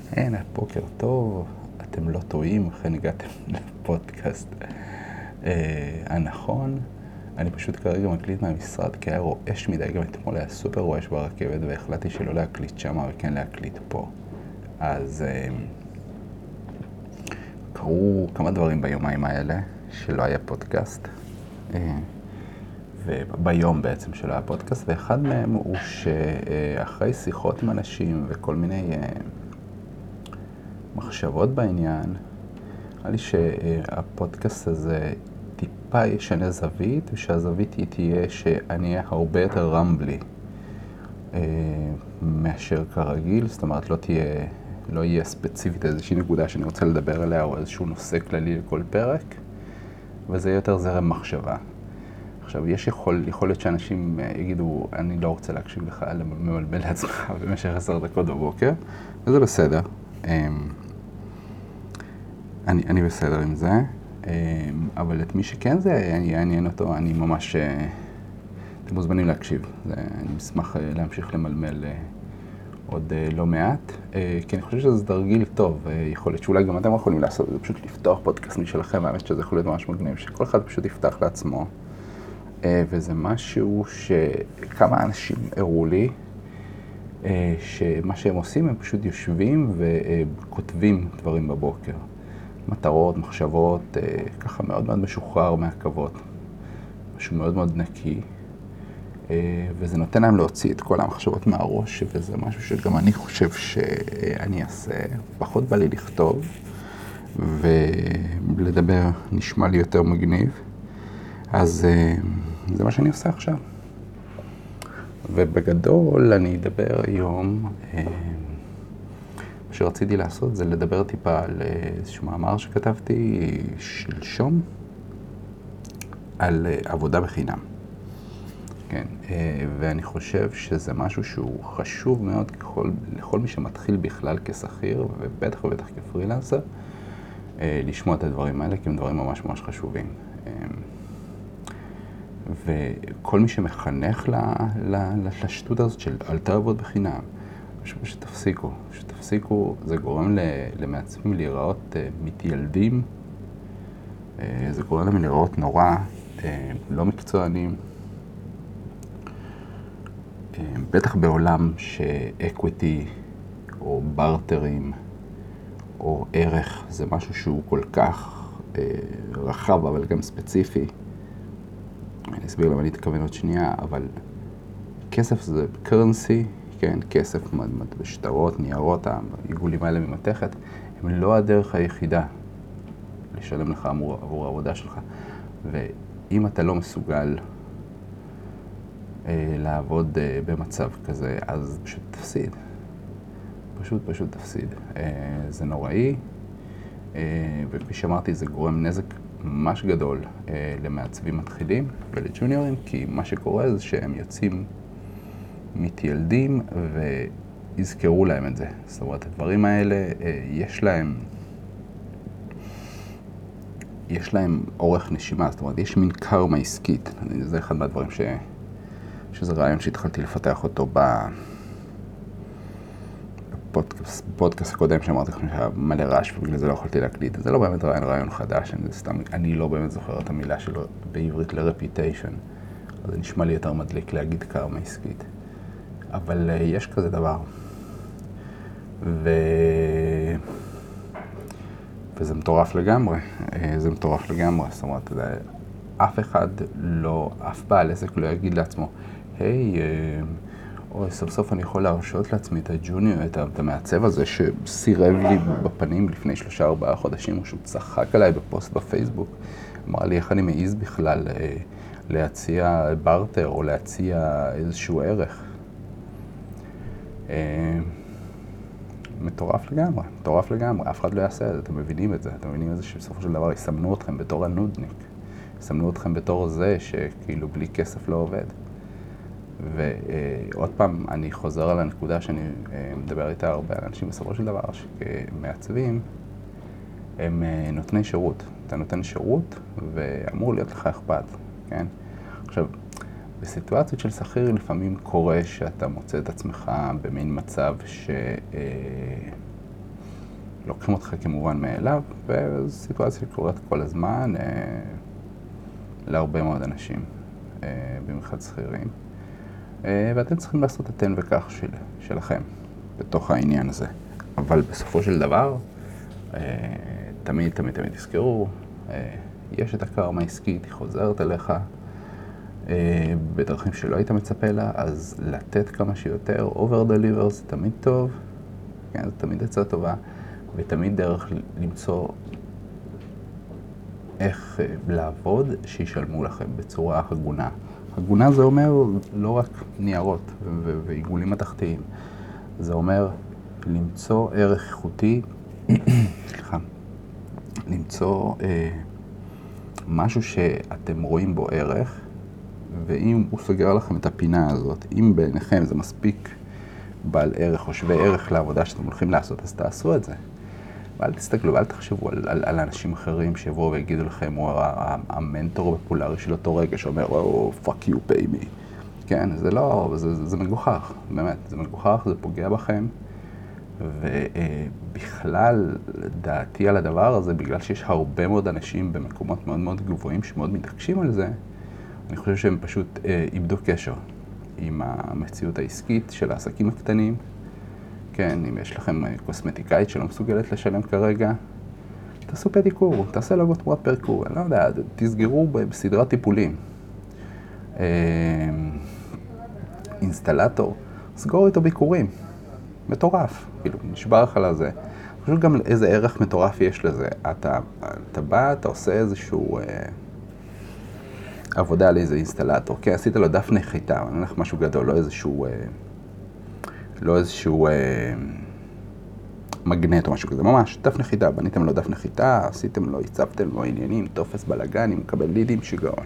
אין, בוקר טוב, אתם לא טועים, אכן הגעתם לפודקאסט הנכון. אני פשוט כרגע מקליט מהמשרד כי היה רועש מדי, גם אתמול היה סופר רועש ברכבת והחלטתי שלא להקליט שמה וכן להקליט פה. אז קרו כמה דברים ביומיים האלה שלא היה פודקאסט. וביום בעצם שלא היה פודקאסט, ואחד מהם הוא שאחרי שיחות עם אנשים וכל מיני מחשבות בעניין, היה לי שהפודקאסט הזה טיפה ישנה זווית, ושהזווית היא תהיה שאני אהיה הרבה יותר רמבלי מאשר כרגיל. זאת אומרת, לא יהיה ספציפית איזושהי נקודה שאני רוצה לדבר עליה, או איזשהו נושא כללי לכל פרק, וזה יותר זרם מחשבה. עכשיו, יכול להיות שאנשים יגידו, אני לא רוצה להקשיב לך, למלבל לעצמך במשך 10 דקות בבוקר, וזה בסדר. אני בסדר עם זה, אבל את מי שכן זה יעניין אותו, אני ממש, אתם מוזמנים להקשיב. אני אשמח להמשיך למלמל עוד לא מעט, כי אני חושב שזה תרגיל טוב. יכול להיות שאולי גם אתם יכולים לעשות, זה פשוט לפתוח פודקאסט משלכם, האמת שזה יכול להיות ממש מגניב, שכל אחד פשוט יפתח לעצמו. וזה משהו שכמה אנשים הראו לי, שמה שהם עושים הם פשוט יושבים וכותבים דברים בבוקר. מטרות, מחשבות, ככה מאוד מאוד משוחרר מהכבוד. משהו מאוד מאוד נקי. וזה נותן להם להוציא את כל המחשבות מהראש, וזה משהו שגם אני חושב שאני אעשה. פחות בא לי לכתוב, ולדבר נשמע לי יותר מגניב. אז זה מה שאני עושה עכשיו. ובגדול אני אדבר היום, מה שרציתי לעשות זה לדבר טיפה על איזשהו מאמר שכתבתי שלשום, על עבודה בחינם. כן, ואני חושב שזה משהו שהוא חשוב מאוד לכל מי שמתחיל בכלל כשכיר, ובטח ובטח כפרילנסר, לשמוע את הדברים האלה, כי הם דברים ממש ממש חשובים. וכל מי שמחנך לשטות הזאת של אל תעבוד בחינם, שתפסיקו, זה גורם למעצבים להיראות מתיילדים, זה גורם להם להיראות נורא, לא מקצוענים, בטח בעולם שאקוויטי או ברטרים או ערך זה משהו שהוא כל כך רחב אבל גם ספציפי. אני אסביר למה אני אתכוון עוד שנייה, אבל כסף זה קרנסי, כן, כסף, שטרות, ניירות, העיגולים האלה ממתכת, הם לא הדרך היחידה לשלם לך עבור העבודה שלך. ואם אתה לא מסוגל לעבוד במצב כזה, אז פשוט תפסיד. פשוט תפסיד. זה נוראי, וכפי שאמרתי, זה גורם נזק ממש גדול למעצבים מתחילים ולג'וניורים, כי מה שקורה זה שהם יוצאים מתיילדים ויזכרו להם את זה. זאת אומרת, הדברים האלה, יש להם אורך נשימה, זאת אומרת, יש מין קרמה עסקית. זה אחד מהדברים שזה רעיון שהתחלתי לפתח אותו בפודקאסט הקודם שאמרתי לכם שהיה מלא רעש ובגלל זה לא יכולתי להקליט. זה לא באמת רעיון חדש, אני לא באמת זוכר את המילה שלו בעברית ל-reputation, אז זה נשמע לי יותר מדליק להגיד קרמה עסקית. אבל יש כזה דבר. וזה מטורף לגמרי. זאת אומרת, אף בעל עסק לא יגיד לעצמו, היי, סוף סוף אני יכול להרשות לעצמי את הג'וניור, את המעצב הזה שסירב לי בפנים לפני 3-4 חודשים, או שהוא צחק עליי בפוסט בפייסבוק, אמר לי איך אני מעיז בכלל להציע ברטר או להציע איזשהו ערך. מטורף לגמרי, אף אחד לא יעשה את זה, אתם מבינים את זה, שבסופו של דבר יסמנו אתכם בתור הנודניק, יסמנו אתכם בתור זה שכאילו בלי כסף לא עובד. ועוד פעם, אני חוזר על הנקודה שאני מדבר איתה הרבה על אנשים בסופו של דבר, שמעצבים הם נותני שירות. אתה נותן שירות ואמור להיות לך אכפת, כן? עכשיו, בסיטואציות של שכיר לפעמים קורה שאתה מוצא את עצמך במין מצב לוקחים אותך כמובן מאליו, וזו סיטואציה שקורית כל הזמן להרבה מאוד אנשים, במיוחד שכירים. ואתם צריכים לעשות את תן וכך שלכם בתוך העניין הזה. אבל בסופו של דבר, תמיד תזכרו, יש את הקרמה העסקית, היא חוזרת אליך בדרכים שלא היית מצפה לה, אז לתת כמה שיותר, over deliver זה תמיד טוב, כן, זה תמיד עצה טובה, ותמיד דרך למצוא איך לעבוד שישלמו לכם בצורה הגונה. הגונה זה אומר לא רק ניירות ועיגולים מתחתיים, זה אומר למצוא ערך איכותי, למצוא משהו שאתם רואים בו ערך, ואם הוא סוגר לכם את הפינה הזאת, אם בעיניכם זה מספיק בעל ערך או שווה ערך לעבודה שאתם הולכים לעשות, אז תעשו את זה. ואל תסתכלו ואל תחשבו על אנשים אחרים שיבואו ויגידו לכם, הוא המנטור הפופולרי של אותו רגע שאומר, fuck you, pay me. כן, זה לא, זה מגוחך, באמת, זה מגוחך, זה פוגע בכם. ובכלל, דעתי על הדבר הזה, בגלל שיש הרבה מאוד אנשים במקומות מאוד מאוד גבוהים שמאוד מתעקשים על זה, אני חושב שהם פשוט איבדו קשר עם המציאות העסקית של העסקים הקטנים. כן, אם יש לכם קוסמטיקאית שלא מסוגלת לשלם כרגע, תעשו פדיקור, תעשה לוגו תמורת פרקור, אני לא יודע, תסגרו בסדרת טיפולים. אינסטלטור, סגור איתו ביקורים. מטורף, כאילו, נשבר לך לזה. פשוט גם איזה ערך מטורף יש לזה. אתה בא, אתה עושה איזשהו עבודה על איזה אינסטלטור. כן, עשית לו דף נחיתה, אני הולך משהו גדול, לא איזשהו מגנט או משהו כזה, ממש, דף נחיתה, בניתם לו דף נחיתה, עשיתם לו, הצבתם לו עניינים, תופס בלגן, אם מקבל לידים, שיגעון.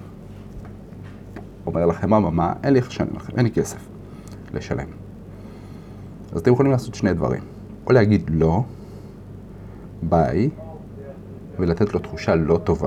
אומר לכם, מה, אין לי איך לשלם לכם, אין לי כסף לשלם. אז אתם יכולים לעשות שני דברים, או להגיד לא, ביי, ולתת לו תחושה לא טובה,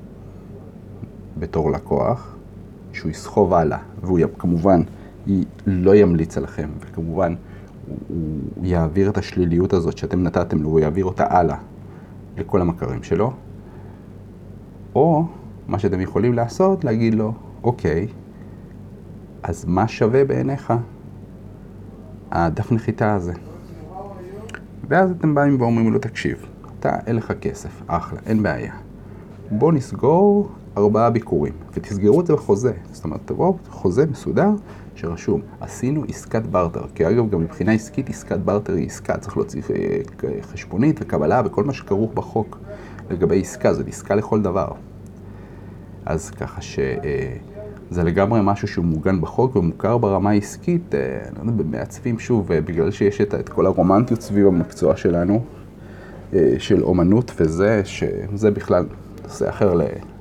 בתור לקוח, שהוא יסחוב הלאה, והוא כמובן לא ימליץ עליכם, וכמובן הוא יעביר את השליליות הזאת שאתם נתתם לו, הוא יעביר אותה הלאה לכל המכרים שלו, או מה שאתם יכולים לעשות, להגיד לו, אוקיי, אז מה שווה בעיניך הדף נחיתה הזה? ואז אתם באים ואומרים לו, תקשיב, אתה אין לך כסף, אחלה, אין בעיה. בוא נסגור 4 ביקורים, ותסגרו את זה בחוזה. זאת אומרת, תבואו, חוזה מסודר שרשום, עשינו עסקת ברטר. כי אגב, גם מבחינה עסקית, עסקת ברטר היא עסקה, צריך להוציא חשבונית וקבלה וכל מה שכרוך בחוק לגבי עסקה, זאת עסקה לכל דבר. אז ככה שזה לגמרי משהו שהוא מוגן בחוק ומוכר ברמה העסקית, לא יודע, במעצבים שוב, בגלל שיש את כל הרומנטיות סביב המקצוע שלנו, של אומנות וזה, שזה בכלל נושא אחר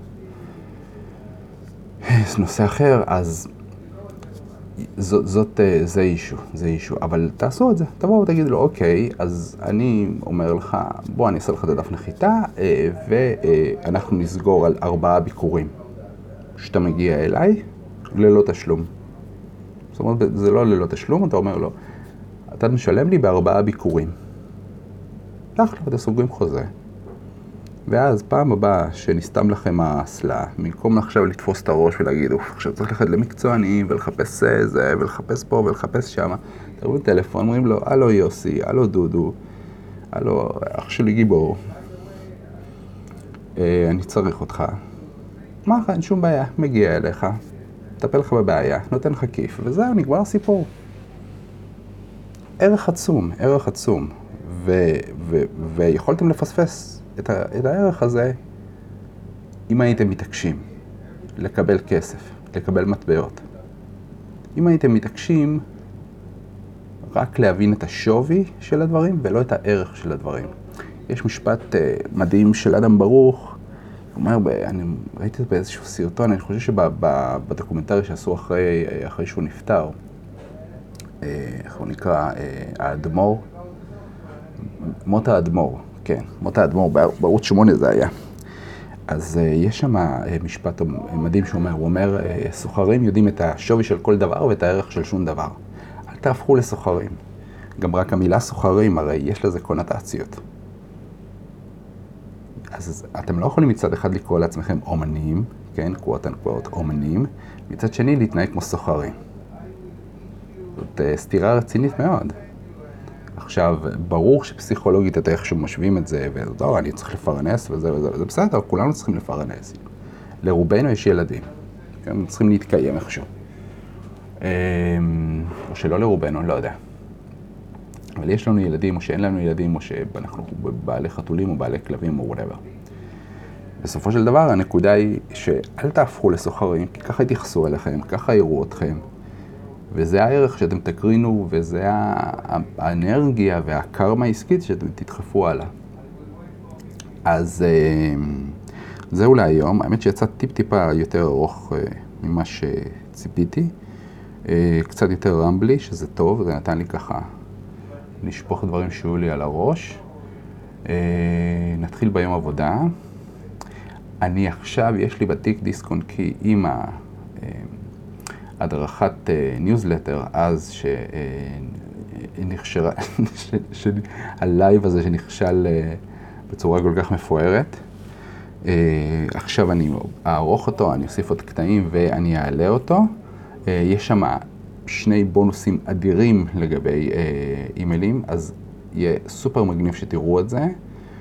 נושא אחר, אז זה אישו, אבל תעשו את זה, תבואו ותגידו לו, אוקיי, אז אני אומר לך, בוא אני אעשה לך את הדף נחיתה, ואנחנו נסגור על 4 ביקורים, שאתה מגיע אליי, ללא תשלום. זאת אומרת, זה לא ללא תשלום, אתה אומר לו, אתה משלם לי ב4 ביקורים. אחלה, אתם סוגרים חוזה. ואז פעם הבאה שנסתם לכם האסלה, במקום עכשיו לתפוס את הראש ולהגיד, עכשיו צריך ללכת למקצוענים ולחפש זה, ולחפש פה ולחפש שם, תראו טלפון, אומרים לו, הלו יוסי, הלו דודו, הלו אח שלי גיבור, אני צריך אותך. מה, אין שום בעיה, מגיע אליך, מטפל לך בבעיה, נותן לך כיף, וזהו, נגמר סיפור. ערך עצום, ויכולתם לפספס את הערך הזה אם הייתם מתעקשים לקבל כסף, לקבל מטבעות. אם הייתם מתעקשים רק להבין את השווי של הדברים ולא את הערך של הדברים. יש משפט מדהים של אדם ברוך, הוא אומר, אני ראיתי את זה באיזשהו סרטון, אני חושב שבדוקומנטרי שעשו אחרי שהוא נפטר, איך הוא נקרא, האדמו"ר, מות האדמו"ר, כן, מות האדמו"ר, בערוץ 8 זה היה. אז יש שם משפט מדהים שהוא אומר, סוחרים יודעים את השווי של כל דבר ואת הערך של שום דבר. אל תהפכו לסוחרים. גם רק המילה סוחרים, הרי יש לזה קונוטציות. אז אתם לא יכולים מצד אחד לקרוא לעצמכם אומנים, כן, quote unquote אומנים, מצד שני להתנהג כמו סוחרים. זאת סתירה רצינית מאוד. עכשיו, ברור שפסיכולוגית אתה איכשהו משווים את זה, ולא, אני צריך לפרנס וזה וזה, וזה בסדר, כולנו צריכים לפרנס. לרובנו יש ילדים, כן, צריכים להתקיים איכשהו. או שלא לרובנו, לא יודע. אבל יש לנו ילדים, או שאין לנו ילדים, או שאנחנו בעלי חתולים, או בעלי כלבים, או whatever. בסופו של דבר, הנקודה היא שאל תהפכו לסוחרים, כי ככה יתייחסו אליכם, ככה יראו אתכם. וזה הערך שאתם תקרינו, וזה האנרגיה והקרמה העסקית שאתם תדחפו הלאה. אז זהו להיום. האמת שיצא טיפ-טיפה יותר ארוך ממה שציפיתי. קצת יותר רמבלי, שזה טוב, זה נתן לי ככה לשפוך דברים שהיו לי על הראש. נתחיל ביום עבודה. אני עכשיו, יש לי בתיק דיסק און קי עם הדרכת ניוזלטר, אז שנכשרה, הלייב הזה שנכשל בצורה כל כך מפוארת. עכשיו אני אערוך אותו, אני אוסיף עוד קטעים ואני אעלה אותו. יש שם 2 בונוסים אדירים לגבי אימיילים, אז יהיה סופר מגניב שתראו את זה.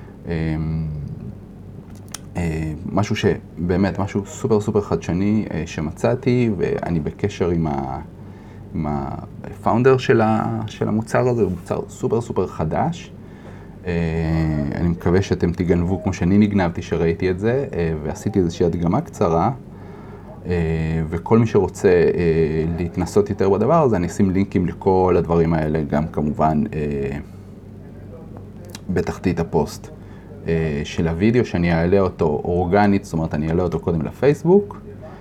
משהו שבאמת, משהו סופר סופר חדשני שמצאתי, ואני בקשר עם הפאונדר של המוצר הזה, הוא מוצר סופר סופר חדש. אני מקווה שאתם תגנבו כמו שאני נגנבתי שראיתי את זה, ועשיתי איזושהי הדגמה קצרה, וכל מי שרוצה להתנסות יותר בדבר הזה, אני אשים לינקים לכל הדברים האלה, גם כמובן בתחתית הפוסט של הוידאו, שאני אעלה אותו אורגנית, זאת אומרת אני אעלה אותו קודם לפייסבוק,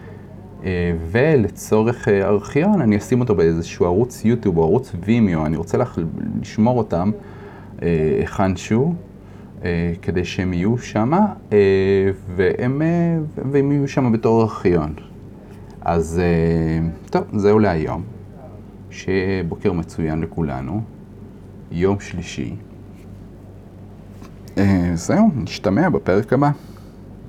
ולצורך ארכיון אני אשים אותו באיזשהו ערוץ יוטיוב או ערוץ וימיו, אני רוצה לשמור אותם היכנשהו, כדי שהם יהיו שם, והם יהיו שם בתור ארכיון. אז טוב, זהו להיום. שיהיה בוקר מצוין לכולנו, יום שלישי. זהו, נשתמע בפרק הבא.